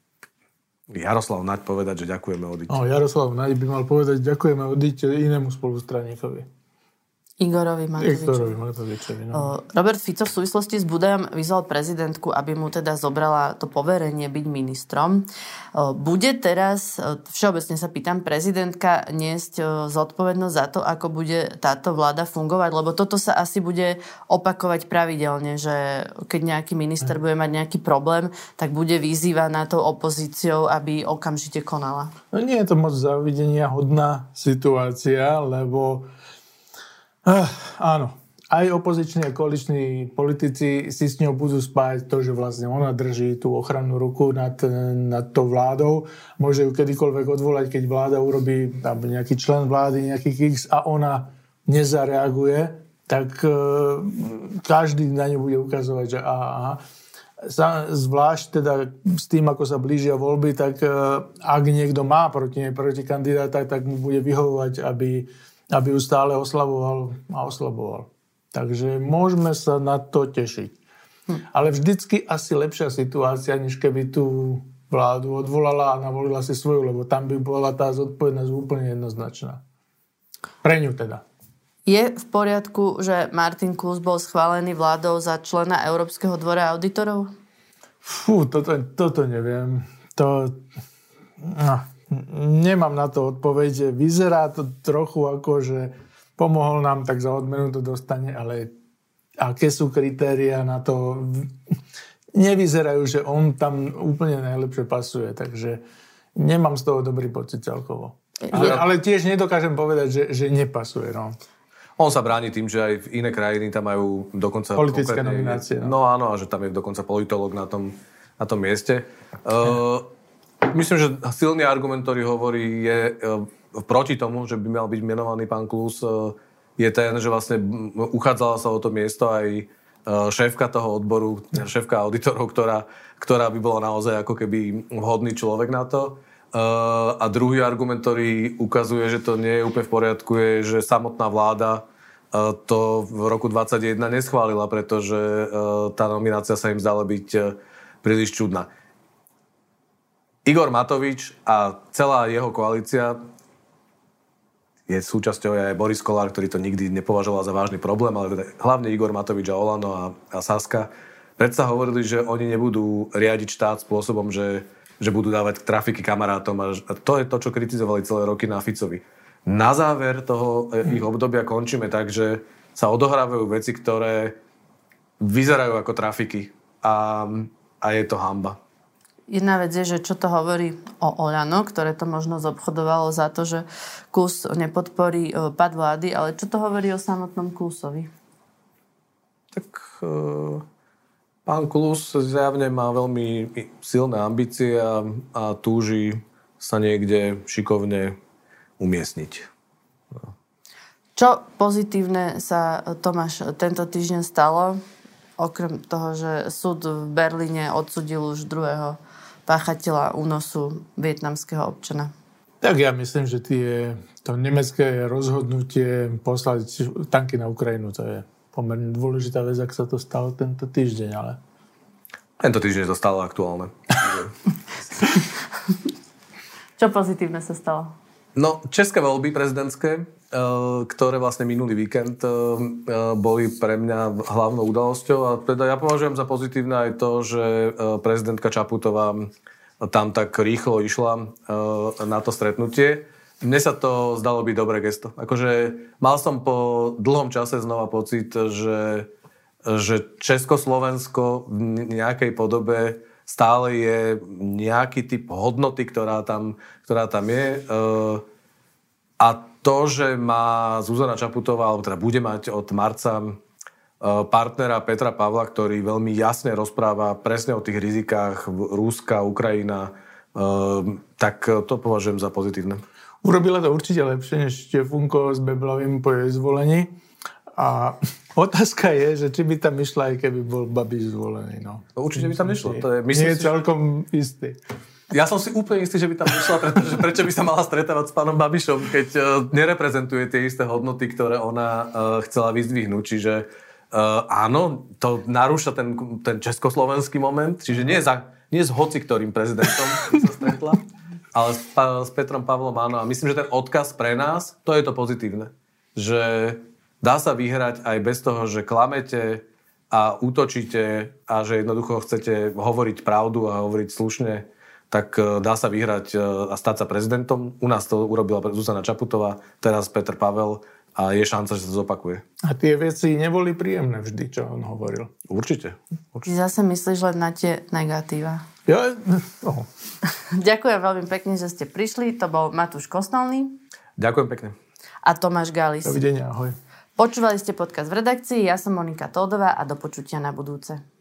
Jaroslav Naď povedať, že ďakujeme Odiť.
No, Jaroslav Naď by mal povedať, ďakujeme Odiť inému spolustraníkovi.
Igorovi Matovičovi.
Igorovi Matovičovi, no.
Robert Fico v súvislosti s Budajom vyzval prezidentku, aby mu teda zobrala to poverenie byť ministrom. Bude teraz, všeobecne sa pýtam, prezidentka niesť zodpovednosť za to, ako bude táto vláda fungovať? Lebo toto sa asi bude opakovať pravidelne, že keď nejaký minister bude mať nejaký problém, tak bude vyzývaná tou opozíciou, aby okamžite konala.
No nie je to moc závidenia hodná situácia, lebo Uh, áno, aj opoziční a koaliční politici si s ňou budú spájať to, že vlastne ona drží tú ochrannú ruku nad, nad tou vládou. Môže ju kedykoľvek odvolať, keď vláda urobí nejaký člen vlády, nejaký X a ona nezareaguje, tak uh, každý na ňu bude ukazovať, že aha. Sa, zvlášť teda s tým, ako sa blížia voľby, tak uh, ak niekto má proti nej, proti kandidáta, tak mu bude vyhovovať, aby aby ju stále oslaboval a oslaboval. Takže môžeme sa na to tešiť. Hm. Ale vždycky asi lepšia situácia, než keby tú vládu odvolala a navolila si svoju, lebo tam by bola tá zodpovednosť úplne jednoznačná. Pre ňu teda.
Je v poriadku, že Martin Klus bol schválený vládou za člena Európskeho dvora auditorov?
Fú, toto, toto neviem. To... No. Nemám na to odpoveď. Vyzerá to trochu ako, že pomohol nám, tak za odmenu to dostane, ale aké sú kritéria na to? Nevyzerajú, že on tam úplne najlepšie pasuje, takže nemám z toho dobrý pocit celkovo. Ale, ale tiež nedokážem povedať, že, že nepasuje. No.
On sa bráni tým, že aj v iné krajiny tam majú dokonca...
Politické nominácie.
No. no áno, a že tam je dokonca politológ na tom, na tom mieste. Uh, Myslím, že silný argument, ktorý hovorí, je e, proti tomu, že by mal byť menovaný pán Klus, e, je ten, že vlastne uchádzala sa o to miesto aj e, šéfka toho odboru, šéfka auditorov, ktorá, ktorá by bola naozaj ako keby vhodný človek na to. E, a druhý argument, ktorý ukazuje, že to nie je úplne v poriadku, je, že samotná vláda e, to v roku dvadsaťjeden neschválila, pretože e, tá nominácia sa im zdala byť e, príliš čudná. Igor Matovič a celá jeho koalícia, je súčasťou aj Boris Kollár, ktorý to nikdy nepovažoval za vážny problém, ale teda hlavne Igor Matovič a Olano a, a Saska predsa hovorili, že oni nebudú riadiť štát spôsobom, že, že budú dávať trafiky kamarátom a, a to je to, čo kritizovali celé roky na Ficovi. Na záver toho ich obdobia končíme tak, že sa odohrávajú veci, ktoré vyzerajú ako trafiky a, a je to hanba.
Jedna vec je, že čo to hovorí o Olano, ktoré to možno zobchodovalo za to, že Klus nepodporí pad vlády, ale čo to hovorí o samotnom Klusovi?
Tak e, pán Klus zjavne má veľmi silné ambície a, a túži sa niekde šikovne umiestniť. No.
Čo pozitívne sa, Tomáš, tento týždeň stalo? Okrem toho, že súd v Berlíne odsúdil už druhého páchateľa únosu vietnamského občana.
Tak ja myslím, že tie, to nemecké rozhodnutie poslať tanky na Ukrajinu, to je pomerne dôležitá vec, ak sa to stalo tento týždeň, ale...
Tento týždeň to stalo aktuálne.
Čo pozitívne sa stalo?
No, české voľby prezidentské, ktoré vlastne minulý víkend boli pre mňa hlavnou udalosťou a teda ja považujem za pozitívne aj to, že prezidentka Čaputová tam tak rýchlo išla na to stretnutie. Mne sa to zdalo byť dobré gesto. Akože mal som po dlhom čase znova pocit, že, že Československo v nejakej podobe stále je nejaký typ hodnoty, ktorá tam, ktorá tam je. A to, že má Zuzana Čaputová, alebo teda bude mať od marca partnera Petra Pavla, ktorý veľmi jasne rozpráva presne o tých rizikách Ruska, Ukrajina, tak to považujem za pozitívne.
Urobila to určite lepšie než Štefunko s Beblavým po jej zvolení. A otázka je, že či by tam išla, aj keby bol Babiš zvolený. No.
Určite by tam nešlo. To je,
myslím, nie je celkom istý.
Ja som si úplne istý, že by tam išla, pretože prečo by sa mala stretávať s pánom Babišom, keď uh, nereprezentuje tie isté hodnoty, ktoré ona uh, chcela vyzdvihnúť. Čiže uh, áno, to narúša ten, ten československý moment, čiže nie, za, nie s hoci ktorým prezidentom sa stretla, ale s, s Petrom Pavlom áno. A myslím, že ten odkaz pre nás, to je to pozitívne. Že dá sa vyhrať aj bez toho, že klamete a útočíte a že jednoducho chcete hovoriť pravdu a hovoriť slušne, tak dá sa vyhrať a stať sa prezidentom. U nás to urobila Zuzana Čaputová, teraz Peter Pavel a je šanca, že sa to zopakuje.
A tie veci neboli príjemné vždy, čo on hovoril.
Určite. Určite.
Ty zase myslíš len na tie negatíva.
Ja, no.
Ďakujem veľmi pekne, že ste prišli. To bol Matúš Kostolný.
Ďakujem pekne.
A Tomáš Galis.
Dovidenia, ahoj.
Počúvali ste podcast v redakcii, ja som Monika Toldová a do počutia na budúce.